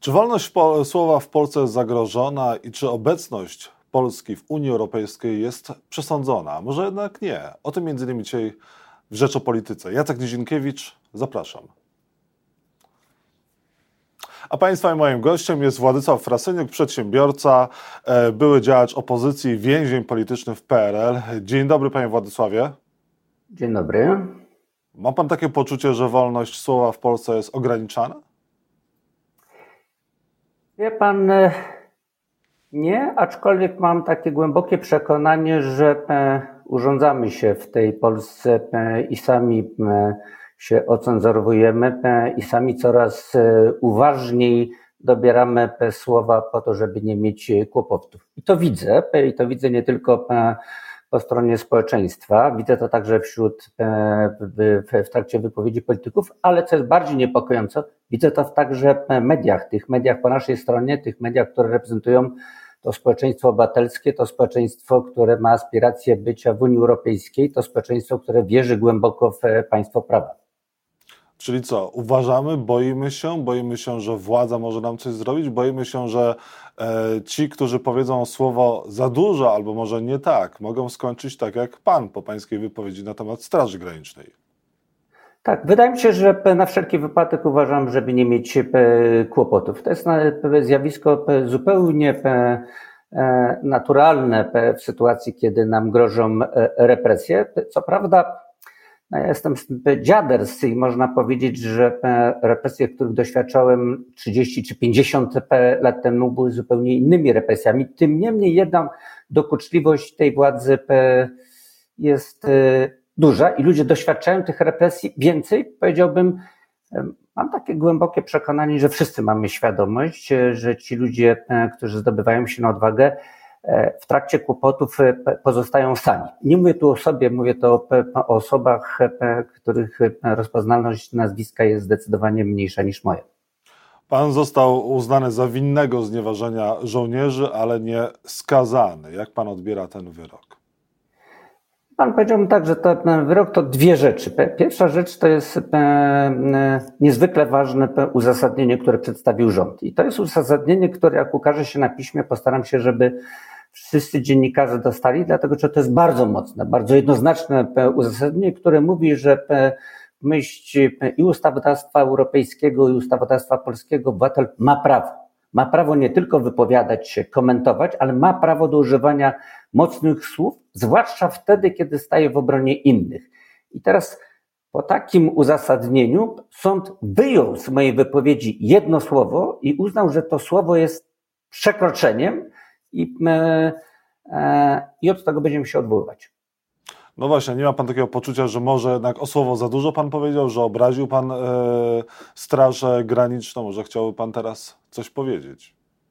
Czy wolność słowa w Polsce jest zagrożona i czy obecność Polski w Unii Europejskiej jest przesądzona? A może jednak nie? O tym m.in. dzisiaj w Rzecz o Polityce. Jacek Nizinkiewicz, zapraszam. A Państwa i moim gościem jest Władysław Frasyniuk, przedsiębiorca, były działacz opozycji, więzień polityczny w PRL. Dzień dobry, panie Władysławie. Dzień dobry. Ma pan takie poczucie, że wolność słowa w Polsce jest ograniczana? Wie pan, nie, aczkolwiek mam takie głębokie przekonanie, że urządzamy się w tej Polsce i sami się ocenzurujemy i sami coraz uważniej dobieramy słowa po to, żeby nie mieć kłopotów. I to widzę nie tylko po stronie społeczeństwa, widzę to także w trakcie wypowiedzi polityków, ale co jest bardziej niepokojące, widzę to także w mediach, tych mediach po naszej stronie, tych mediach, które reprezentują to społeczeństwo obywatelskie, to społeczeństwo, które ma aspiracje bycia w Unii Europejskiej, to społeczeństwo, które wierzy głęboko w państwo prawa. Czyli co, boimy się, że władza może nam coś zrobić, boimy się, że ci, którzy powiedzą słowo za dużo albo może nie tak, mogą skończyć tak jak pan po pańskiej wypowiedzi na temat Straży Granicznej. Tak, wydaje mi się, że na wszelki wypadek uważam, żeby nie mieć kłopotów. To jest zjawisko zupełnie naturalne w sytuacji, kiedy nam grożą represje. Co prawda, ja jestem dziaderscy i można powiedzieć, że represje, których doświadczałem 30 czy 50 lat temu, były zupełnie innymi represjami. Tym niemniej jedna dokuczliwość tej władzy jest duża i ludzie doświadczają tych represji więcej. Powiedziałbym, mam takie głębokie przekonanie, że wszyscy mamy świadomość, że ci ludzie, którzy zdobywają się na odwagę, w trakcie kłopotów pozostają sami. Nie mówię tu o sobie, mówię to o osobach, których rozpoznalność nazwiska jest zdecydowanie mniejsza niż moja. Pan został uznany za winnego znieważenia żołnierzy, ale nie skazany. Jak pan odbiera ten wyrok? Pan powiedział mi tak, że ten wyrok to dwie rzeczy. Pierwsza rzecz to jest niezwykle ważne uzasadnienie, które przedstawił rząd. I to jest uzasadnienie, które jak ukaże się na piśmie, postaram się, żeby wszyscy dziennikarze dostali, dlatego że to jest bardzo mocne, bardzo jednoznaczne uzasadnienie, które mówi, że w myśl i ustawodawstwa europejskiego, i ustawodawstwa polskiego obywatel ma prawo. Ma prawo nie tylko wypowiadać się, komentować, ale ma prawo do używania mocnych słów, zwłaszcza wtedy, kiedy staje w obronie innych. I teraz po takim uzasadnieniu sąd wyjął z mojej wypowiedzi jedno słowo i uznał, że to słowo jest przekroczeniem i od tego będziemy się odwoływać. No właśnie, nie ma pan takiego poczucia, że może jednak o słowo za dużo pan powiedział, że obraził pan Straż Graniczną, może chciałby pan teraz coś powiedzieć?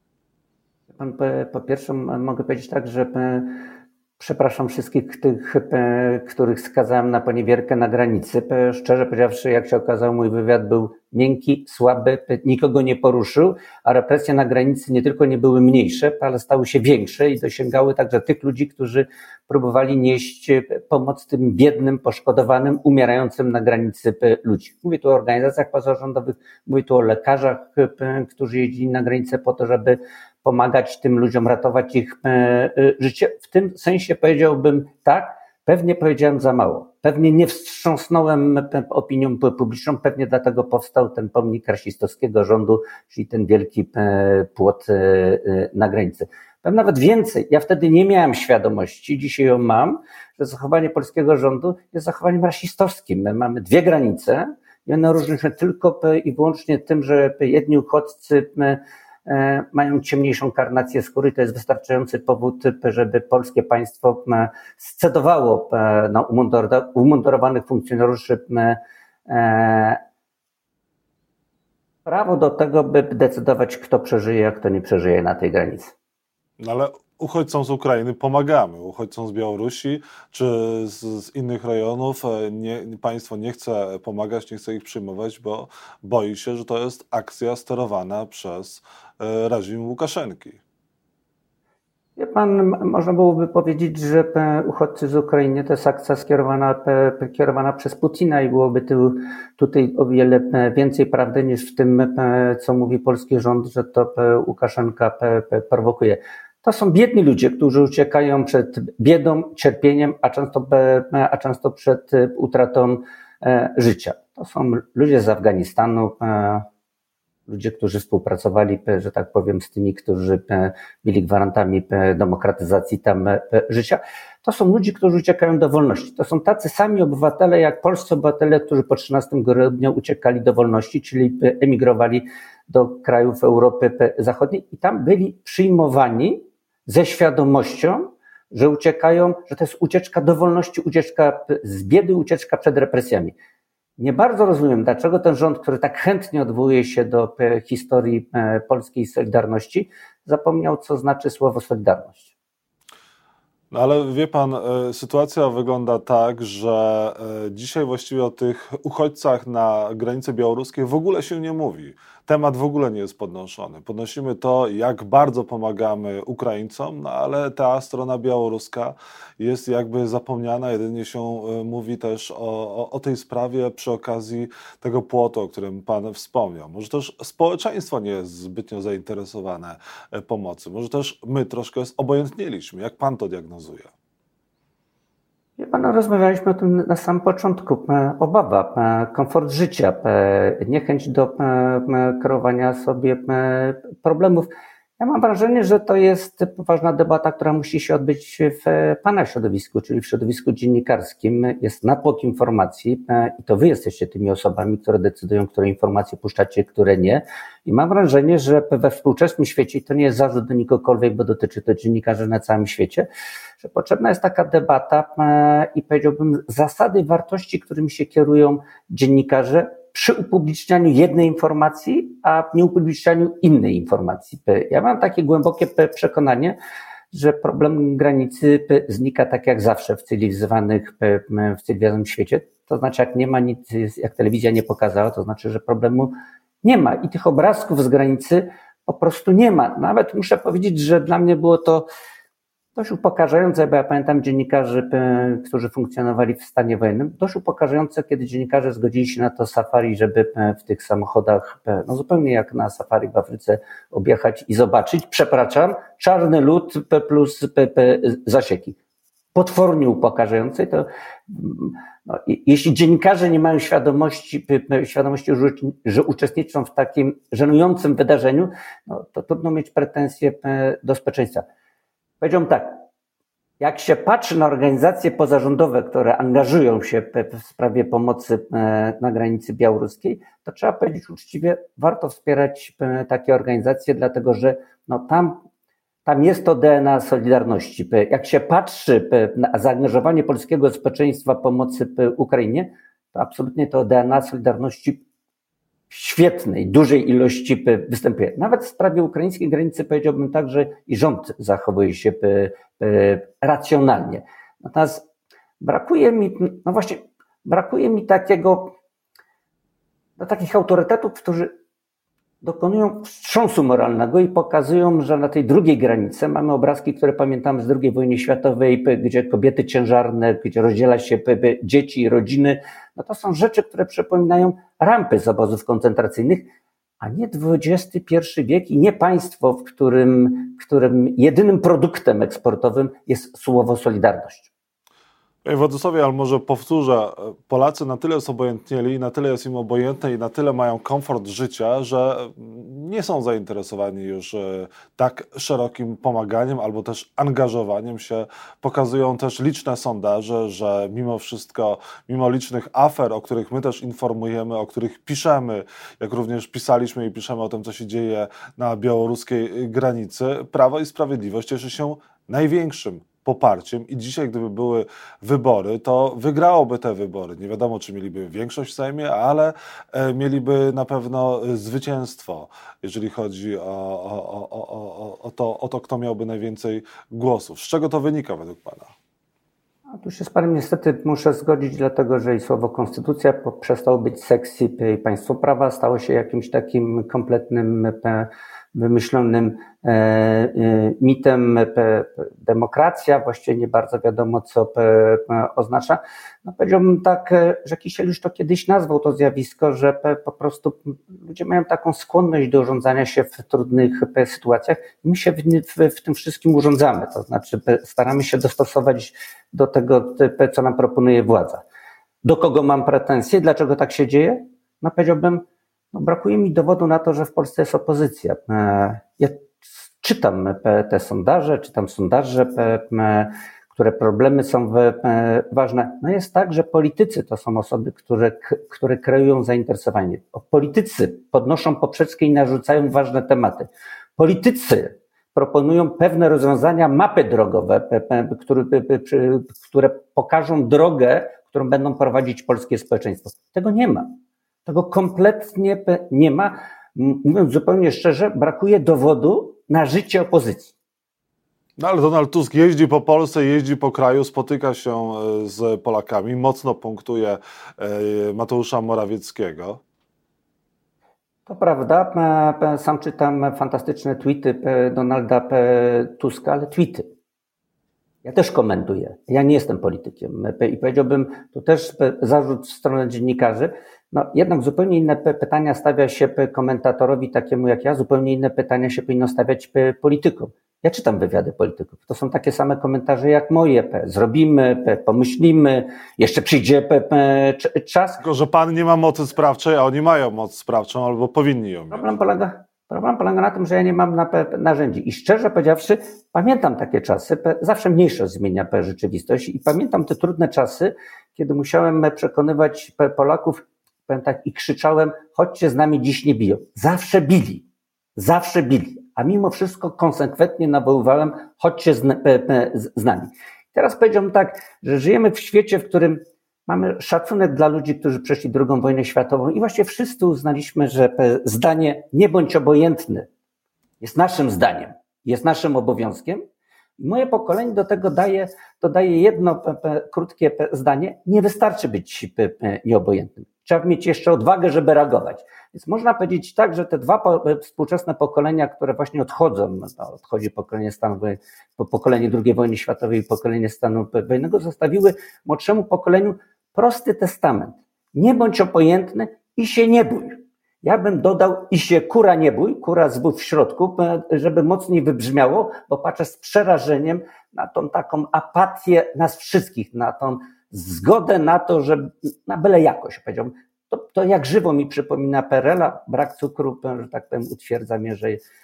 Po pierwsze mogę powiedzieć tak, że przepraszam wszystkich tych, których skazałem na poniewierkę na granicy. Szczerze powiedziawszy, jak się okazało, mój wywiad był miękki, słaby, nikogo nie poruszył, a represje na granicy nie tylko nie były mniejsze, ale stały się większe i dosięgały także tych ludzi, którzy próbowali nieść pomoc tym biednym, poszkodowanym, umierającym na granicy ludzi. Mówię tu o organizacjach pozarządowych, mówię tu o lekarzach, którzy jeździli na granicę po to, żeby pomagać tym ludziom, ratować ich życie. W tym sensie powiedziałbym tak, pewnie powiedziałem za mało. Pewnie nie wstrząsnąłem opinią publiczną, pewnie dlatego powstał ten pomnik rasistowskiego rządu, czyli ten wielki płot na granicy. Powiem nawet więcej, ja wtedy nie miałem świadomości, dzisiaj ją mam, że zachowanie polskiego rządu jest zachowaniem rasistowskim. My mamy dwie granice i one różnią się tylko i wyłącznie tym, że jedni uchodźcy mają ciemniejszą karnację skóry. To jest wystarczający powód, żeby polskie państwo scedowało na umundurowanych funkcjonariuszy prawo do tego, by decydować, kto przeżyje, a kto nie przeżyje na tej granicy. No ale uchodźcom z Ukrainy pomagamy, uchodźcom z Białorusi czy z innych rejonów państwo nie chce pomagać, nie chce ich przyjmować, bo boi się, że to jest akcja sterowana przez reżim Łukaszenki. Wie pan, można byłoby powiedzieć, że uchodźcy z Ukrainy to jest akcja kierowana przez Putina i byłoby tutaj o wiele więcej prawdy niż w tym, co mówi polski rząd, że to Łukaszenka prowokuje. To są biedni ludzie, którzy uciekają przed biedą, cierpieniem, a często przed utratą życia. To są ludzie z Afganistanu, ludzie, którzy współpracowali, że tak powiem, z tymi, którzy byli gwarantami demokratyzacji tam życia. To są ludzie, którzy uciekają do wolności. To są tacy sami obywatele, jak polscy obywatele, którzy po 13 grudnia uciekali do wolności, czyli emigrowali do krajów Europy Zachodniej i tam byli przyjmowani ze świadomością, że uciekają, że to jest ucieczka do wolności, ucieczka z biedy, ucieczka przed represjami. Nie bardzo rozumiem, dlaczego ten rząd, który tak chętnie odwołuje się do historii polskiej Solidarności, zapomniał, co znaczy słowo Solidarność. No ale wie pan, sytuacja wygląda tak, że dzisiaj właściwie o tych uchodźcach na granicy białoruskiej w ogóle się nie mówi. Temat w ogóle nie jest podnoszony. Podnosimy to, jak bardzo pomagamy Ukraińcom, no ale ta strona białoruska jest jakby zapomniana. Jedynie się mówi też o tej sprawie przy okazji tego płotu, o którym pan wspomniał. Może też społeczeństwo nie jest zbytnio zainteresowane pomocy. Może też my troszkę obojętnieliśmy. Jak pan to diagnozuje? Wie pan, rozmawialiśmy o tym na samym początku. Obawa, komfort życia, niechęć do kreowania sobie problemów. Ja mam wrażenie, że to jest poważna debata, która musi się odbyć w pana środowisku, czyli w środowisku dziennikarskim. Jest natłok informacji i to wy jesteście tymi osobami, które decydują, które informacje puszczacie, które nie. I mam wrażenie, że we współczesnym świecie, i to nie jest zarzut do nikokolwiek, bo dotyczy to dziennikarzy na całym świecie, że potrzebna jest taka debata i powiedziałbym zasady, wartości, którymi się kierują dziennikarze przy upublicznianiu jednej informacji, a nie upublicznianiu innej informacji. Ja mam takie głębokie przekonanie, że problem granicy znika tak jak zawsze w cywilizowanym świecie. To znaczy, jak nie ma nic, jak telewizja nie pokazała, to znaczy, że problemu nie ma. I tych obrazków z granicy po prostu nie ma. Nawet muszę powiedzieć, że dla mnie było to dość upokarzające, bo ja pamiętam dziennikarzy, którzy funkcjonowali w stanie wojennym, dość upokarzające, kiedy dziennikarze zgodzili się na to safari, żeby w tych samochodach, no zupełnie jak na safari w Afryce, objechać i zobaczyć, przepraszam, czarny lód plus zasieki. Potwornie upokarzające. To, no, jeśli dziennikarze nie mają świadomości, że uczestniczą w takim żenującym wydarzeniu, no, to trudno mieć pretensje do społeczeństwa. Powiedziałbym tak, jak się patrzy na organizacje pozarządowe, które angażują się w sprawie pomocy na granicy białoruskiej, to trzeba powiedzieć uczciwie, warto wspierać takie organizacje, dlatego że no tam jest to DNA Solidarności. Jak się patrzy na zaangażowanie polskiego społeczeństwa pomocy Ukrainie, to absolutnie to DNA Solidarności świetnej, dużej ilości występuje. Nawet w sprawie ukraińskiej granicy powiedziałbym tak, że i rząd zachowuje się racjonalnie. Natomiast brakuje mi takich autorytetów, którzy dokonują wstrząsu moralnego i pokazują, że na tej drugiej granicy mamy obrazki, które pamiętamy z II wojny światowej, gdzie kobiety ciężarne, gdzie rozdziela się dzieci i rodziny. No to są rzeczy, które przypominają rampy z obozów koncentracyjnych, a nie XXI wiek i nie państwo, w którym jedynym produktem eksportowym jest słowo Solidarność. Panie Władysławie, ale może powtórzę, Polacy na tyle są obojętnieli, na tyle jest im obojętne i na tyle mają komfort życia, że nie są zainteresowani już tak szerokim pomaganiem albo też angażowaniem się. Pokazują też liczne sondaże, że mimo wszystko, mimo licznych afer, o których my też informujemy, o których piszemy, jak również pisaliśmy i piszemy o tym, co się dzieje na białoruskiej granicy, Prawo i Sprawiedliwość cieszy się największym poparciem i dzisiaj, gdyby były wybory, to wygrałoby te wybory. Nie wiadomo, czy mieliby większość w Sejmie, ale mieliby na pewno zwycięstwo, jeżeli chodzi o to, kto miałby najwięcej głosów. Z czego to wynika według pana? A tu się z panem niestety muszę zgodzić, dlatego że i słowo konstytucja przestało być sexy i państwo prawa stało się jakimś takim kompletnym wymyślonym mitem demokracja, właściwie nie bardzo wiadomo, co oznacza. No powiedziałbym tak, że Kisiel to kiedyś nazwał to zjawisko, że po prostu ludzie mają taką skłonność do urządzania się w trudnych sytuacjach i my się w tym wszystkim urządzamy, to znaczy staramy się dostosować do tego, co nam proponuje władza. Do kogo mam pretensje? Dlaczego tak się dzieje? No powiedziałbym, brakuje mi dowodu na to, że w Polsce jest opozycja. Ja czytam te sondaże, które problemy są ważne. No jest tak, że politycy to są osoby, które kreują zainteresowanie. Politycy podnoszą poprzeczkę i narzucają ważne tematy. Politycy proponują pewne rozwiązania, mapy drogowe, które pokażą drogę, którą będą prowadzić polskie społeczeństwo. Tego nie ma. Tego kompletnie nie ma. Mówiąc zupełnie szczerze, brakuje dowodu na życie opozycji. No ale Donald Tusk jeździ po Polsce, jeździ po kraju, spotyka się z Polakami, mocno punktuje Mateusza Morawieckiego. To prawda, sam czytam fantastyczne tweety Donalda Tuska, ale tweety. Ja też komentuję. Ja nie jestem politykiem i powiedziałbym, to też zarzut w stronę dziennikarzy. No jednak zupełnie inne pytania stawia się komentatorowi takiemu jak ja, zupełnie inne pytania się powinno stawiać politykom. Ja czytam wywiady polityków. To są takie same komentarze jak moje. Zrobimy, pomyślimy, jeszcze przyjdzie czas. Tylko, że pan nie ma mocy sprawczej, a oni mają moc sprawczą albo powinni ją mieć. Problem polega na tym, że ja nie mam narzędzi. I szczerze powiedziawszy, pamiętam takie czasy, zawsze mniejszość zmienia rzeczywistość i pamiętam te trudne czasy, kiedy musiałem przekonywać Polaków, powiem tak, i krzyczałem, chodźcie z nami, dziś nie biją. Zawsze bili. A mimo wszystko konsekwentnie nawoływałem, chodźcie z nami. Teraz powiedziałbym tak, że żyjemy w świecie, w którym mamy szacunek dla ludzi, którzy przeszli II wojnę światową i właściwie wszyscy uznaliśmy, że zdanie nie bądź obojętny jest naszym zdaniem, jest naszym obowiązkiem. I moje pokolenie do tego dodaje jedno krótkie zdanie, nie wystarczy być nieobojętnym. Trzeba mieć jeszcze odwagę, żeby reagować. Więc można powiedzieć tak, że te dwa współczesne pokolenia, które właśnie odchodzą, odchodzi pokolenie II wojny światowej i pokolenie stanu wojennego, zostawiły młodszemu pokoleniu prosty testament. Nie bądź obojętny i się nie bój. Ja bym dodał i się kura nie bój, kura zbój w środku, żeby mocniej wybrzmiało, bo patrzę z przerażeniem na tą taką apatię nas wszystkich, na tą zgodę na to, że na byle jakość, powiedziałbym. To jak żywo mi przypomina PRL-a, brak cukru, że tak powiem, utwierdza mnie,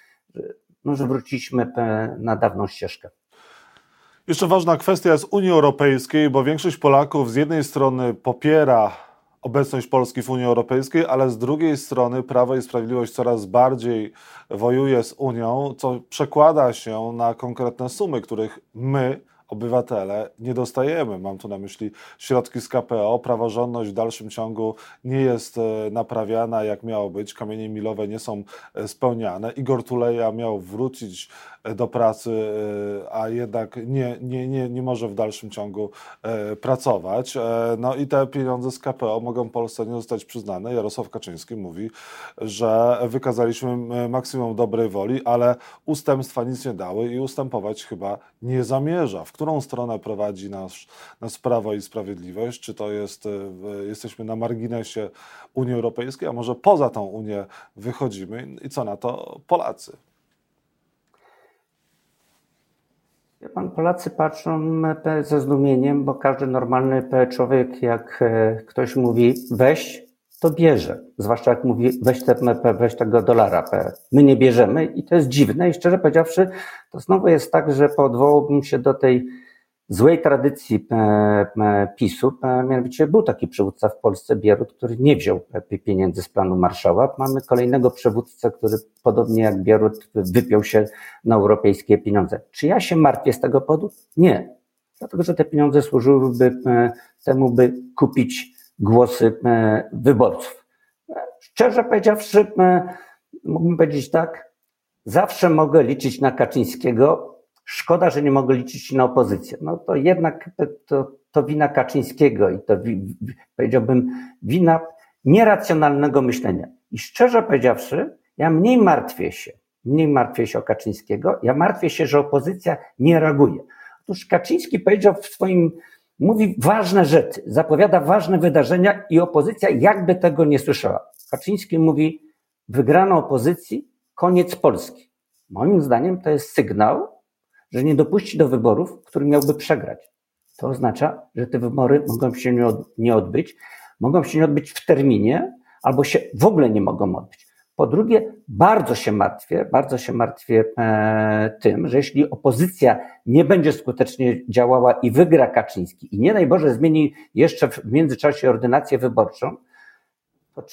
że wróciliśmy na dawną ścieżkę. Jeszcze ważna kwestia jest Unii Europejskiej, bo większość Polaków z jednej strony popiera obecność Polski w Unii Europejskiej, ale z drugiej strony Prawo i Sprawiedliwość coraz bardziej wojuje z Unią, co przekłada się na konkretne sumy, których my, obywatele, nie dostajemy. Mam tu na myśli środki z KPO, praworządność w dalszym ciągu nie jest naprawiana jak miało być, kamienie milowe nie są spełniane. Igor Tuleja miał wrócić do pracy, a jednak nie może w dalszym ciągu pracować. No i te pieniądze z KPO mogą Polsce nie zostać przyznane. Jarosław Kaczyński mówi, że wykazaliśmy maksimum dobrej woli, ale ustępstwa nic nie dały i ustępować chyba nie zamierza. W którą stronę prowadzi nas Prawo i Sprawiedliwość? Czy to jesteśmy na marginesie Unii Europejskiej, a może poza tą Unię wychodzimy i co na to Polacy? Polacy patrzą ze zdumieniem, bo każdy normalny człowiek, jak ktoś mówi weź, to bierze. Zwłaszcza jak mówi weź tego dolara. My nie bierzemy i to jest dziwne i szczerze powiedziawszy, to znowu jest tak, że poodwołałbym się do tej złej tradycji PiS-u. Mianowicie był taki przywódca w Polsce, Bierut, który nie wziął pieniędzy z planu Marshalla. Mamy kolejnego przywódcę, który podobnie jak Bierut wypiął się na europejskie pieniądze. Czy ja się martwię z tego powodu? Nie. Dlatego, że te pieniądze służyłyby temu, by kupić głosy wyborców. Szczerze powiedziawszy, mógłbym powiedzieć tak, zawsze mogę liczyć na Kaczyńskiego. Szkoda, że nie mogę liczyć na opozycję. No to jednak to wina Kaczyńskiego i to powiedziałbym wina nieracjonalnego myślenia. I szczerze powiedziawszy, ja mniej martwię się mniej martwię się o Kaczyńskiego, ja martwię się, że opozycja nie reaguje. Otóż Kaczyński powiedział mówi ważne rzeczy, zapowiada ważne wydarzenia i opozycja jakby tego nie słyszała. Kaczyński mówi, wygrano opozycji, koniec Polski. Moim zdaniem to jest sygnał, że nie dopuści do wyborów, który miałby przegrać. To oznacza, że te wybory mogą się nie odbyć, mogą się nie odbyć w terminie, albo się w ogóle nie mogą odbyć. Po drugie, bardzo się martwię tym, że jeśli opozycja nie będzie skutecznie działała i wygra Kaczyński i nie daj Boże zmieni jeszcze w międzyczasie ordynację wyborczą, to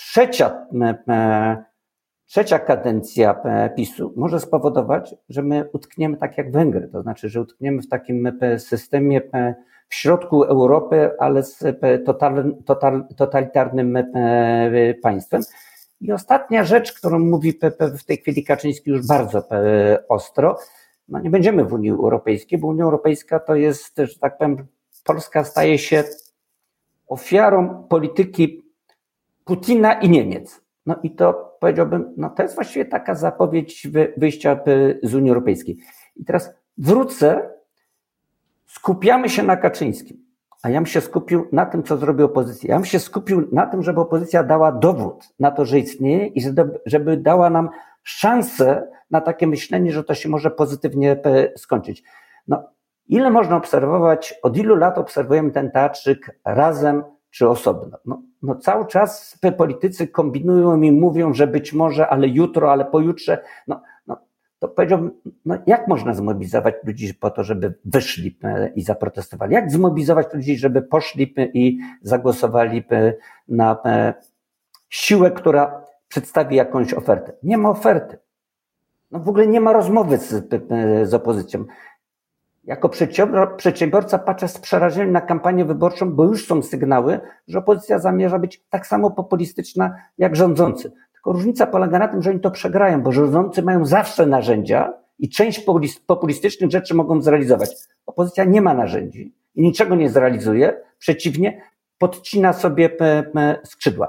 trzecia kadencja PiS-u może spowodować, że my utkniemy tak jak Węgry, to znaczy, że utkniemy w takim systemie w środku Europy, ale z totalitarnym państwem. I ostatnia rzecz, którą mówi w tej chwili Kaczyński już bardzo ostro, no nie będziemy w Unii Europejskiej, bo Unia Europejska to jest, że tak powiem, Polska staje się ofiarą polityki Putina i Niemiec. No i to powiedziałbym, no to jest właściwie taka zapowiedź wyjścia z Unii Europejskiej. I teraz wrócę, skupiamy się na Kaczyńskim, a ja bym się skupił na tym, co zrobi opozycja. Ja bym się skupił na tym, żeby opozycja dała dowód na to, że istnieje i żeby dała nam szansę na takie myślenie, że to się może pozytywnie skończyć. No, ile można obserwować, od ilu lat obserwujemy ten teatrzyk razem czy osobno? No cały czas politycy kombinują i mówią, że być może, ale jutro, ale pojutrze. To powiedziałbym, jak można zmobilizować ludzi po to, żeby wyszli i zaprotestowali? Jak zmobilizować ludzi, żeby poszli i zagłosowali na siłę, która przedstawi jakąś ofertę? Nie ma oferty. No w ogóle nie ma rozmowy z opozycją. Jako przedsiębiorca patrzę z przerażeniem na kampanię wyborczą, bo już są sygnały, że opozycja zamierza być tak samo populistyczna jak rządzący. Tylko różnica polega na tym, że oni to przegrają, bo rządzący mają zawsze narzędzia i część populistycznych rzeczy mogą zrealizować. Opozycja nie ma narzędzi i niczego nie zrealizuje, przeciwnie, podcina sobie skrzydła.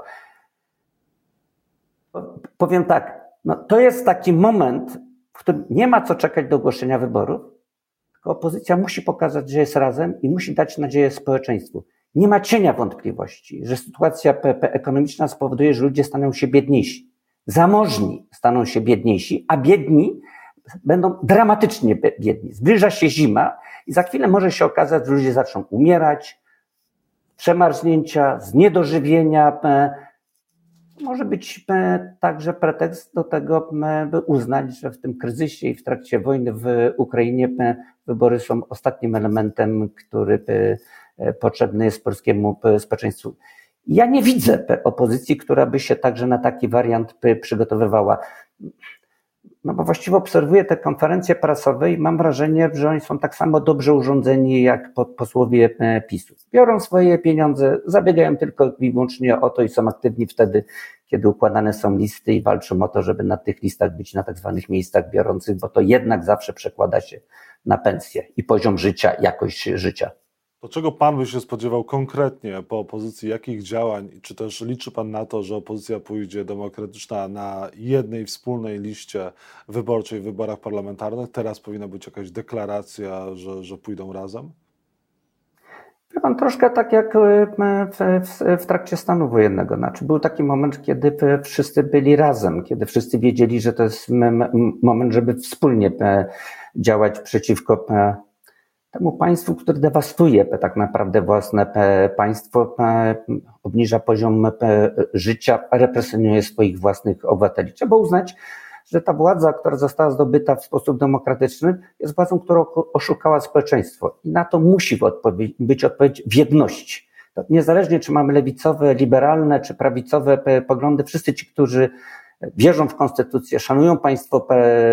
Powiem tak, to jest taki moment, w którym nie ma co czekać do ogłoszenia wyborów, tylko opozycja musi pokazać, że jest razem i musi dać nadzieję społeczeństwu. Nie ma cienia wątpliwości, że sytuacja ekonomiczna spowoduje, że ludzie staną się biedniejsi. Zamożni staną się biedniejsi, a biedni będą dramatycznie biedni. Zbliża się zima i za chwilę może się okazać, że ludzie zaczną umierać, przemarznięcia, z niedożywienia. Może być także pretekst do tego, by uznać, że w tym kryzysie i w trakcie wojny w Ukrainie wybory są ostatnim elementem, który potrzebny jest polskiemu społeczeństwu. Ja nie widzę opozycji, która by się także na taki wariant przygotowywała. No bo właściwie obserwuję te konferencje prasowe i mam wrażenie, że oni są tak samo dobrze urządzeni jak posłowie PiS-u. Biorą swoje pieniądze, zabiegają tylko i wyłącznie o to i są aktywni wtedy, kiedy układane są listy i walczą o to, żeby na tych listach być na tak zwanych miejscach biorących, bo to jednak zawsze przekłada się na pensję i poziom życia, jakość życia. To czego pan by się spodziewał konkretnie po opozycji, jakich działań, czy też liczy pan na to, że opozycja pójdzie demokratyczna na jednej wspólnej liście wyborczej w wyborach parlamentarnych? Teraz powinna być jakaś deklaracja, że pójdą razem? Pan troszkę tak jak w trakcie stanu wojennego. Znaczy był taki moment, kiedy wszyscy byli razem, kiedy wszyscy wiedzieli, że to jest moment, żeby wspólnie działać przeciwko temu państwu, które dewastuje tak naprawdę własne państwo, obniża poziom życia, represjonuje swoich własnych obywateli. Trzeba uznać, że ta władza, która została zdobyta w sposób demokratyczny, jest władzą, która oszukała społeczeństwo. I na to musi być odpowiedź w jedności. Niezależnie, czy mamy lewicowe, liberalne, czy prawicowe poglądy, wszyscy ci, którzy wierzą w konstytucję, szanują państwo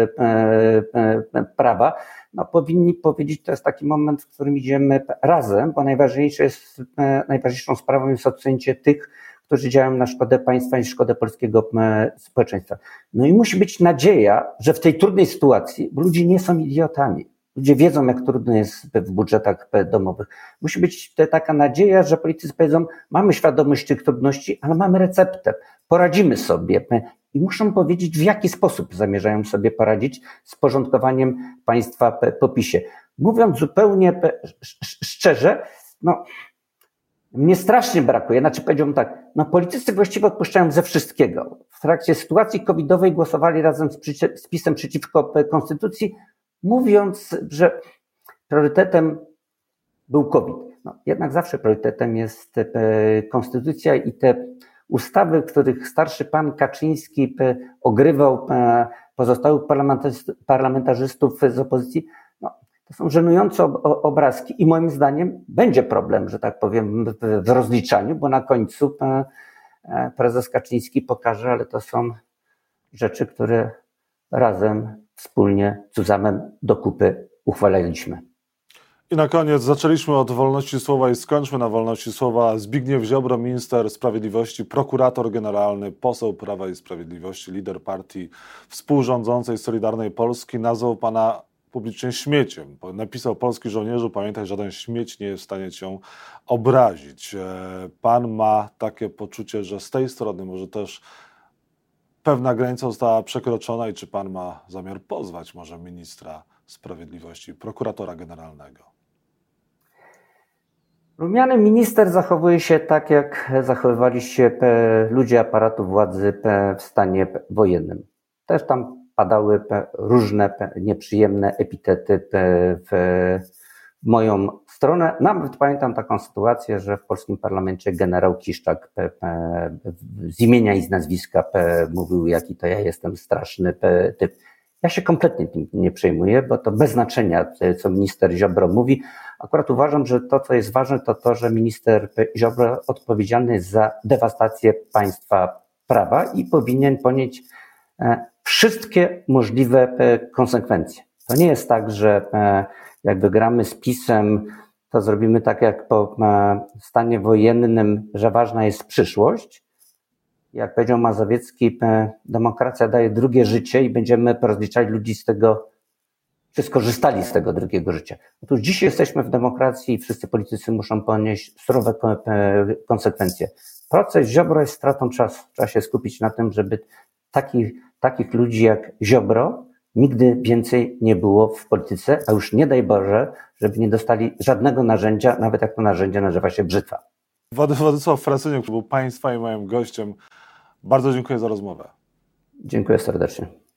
prawa, powinni powiedzieć, to jest taki moment, w którym idziemy razem, bo najważniejszą sprawą jest odsunięcie tych, którzy działają na szkodę państwa i szkodę polskiego społeczeństwa. No i musi być nadzieja, że w tej trudnej sytuacji, bo ludzie nie są idiotami, ludzie wiedzą, jak trudno jest w budżetach domowych. Musi być taka nadzieja, że politycy powiedzą, mamy świadomość tych trudności, ale mamy receptę, poradzimy sobie i muszą powiedzieć, w jaki sposób zamierzają sobie poradzić z porządkowaniem państwa po PiS-ie. Mówiąc zupełnie szczerze, mnie strasznie brakuje, powiedziałbym tak, politycy właściwie odpuszczają ze wszystkiego. W trakcie sytuacji covidowej głosowali razem z PiS-em przeciwko konstytucji, mówiąc, że priorytetem był COVID. Jednak zawsze priorytetem jest konstytucja i te ustawy, w których starszy pan Kaczyński ogrywał pozostałych parlamentarzystów z opozycji, to są żenujące obrazki i moim zdaniem będzie problem, że tak powiem, w rozliczaniu, bo na końcu prezes Kaczyński pokaże, ale to są rzeczy, które razem, wspólnie, cuzamem do kupy uchwalaliśmy. I na koniec zaczęliśmy od wolności słowa i skończmy na wolności słowa. Zbigniew Ziobro, minister sprawiedliwości, prokurator generalny, poseł Prawa i Sprawiedliwości, lider partii współrządzącej Solidarnej Polski, nazwał pana publicznie śmieciem. Napisał: polski żołnierzu, pamiętaj, żaden śmieć nie jest w stanie cię obrazić. Pan ma takie poczucie, że z tej strony może też pewna granica została przekroczona i czy pan ma zamiar pozwać może ministra sprawiedliwości, prokuratora generalnego? Rumiany minister zachowuje się tak, jak zachowywali się ludzie aparatu władzy w stanie wojennym. Też tam padały różne nieprzyjemne epitety w moją stronę. Nawet pamiętam taką sytuację, że w polskim parlamencie generał Kiszczak z imienia i z nazwiska mówił, jaki to ja jestem straszny typ. Ja się kompletnie tym nie przejmuję, bo to bez znaczenia, co minister Ziobro mówi. Akurat uważam, że to, co jest ważne, to to, że minister Ziobro odpowiedzialny jest za dewastację państwa prawa i powinien ponieść wszystkie możliwe konsekwencje. To nie jest tak, że jak wygramy z PiS-em, to zrobimy tak jak po stanie wojennym, że ważna jest przyszłość. Jak powiedział Mazowiecki, demokracja daje drugie życie i będziemy rozliczać ludzi z tego, czy skorzystali z tego drugiego życia. Otóż dziś jesteśmy w demokracji i wszyscy politycy muszą ponieść surowe konsekwencje. Proces Ziobro jest stratą czasu. Trzeba się skupić na tym, żeby takich ludzi jak Ziobro nigdy więcej nie było w polityce, a już nie daj Boże, żeby nie dostali żadnego narzędzia, nawet jak to narzędzie nazywa się brzytwa. Władysław Frasyniuk, który był państwa i moim gościem. Bardzo dziękuję za rozmowę. Dziękuję serdecznie.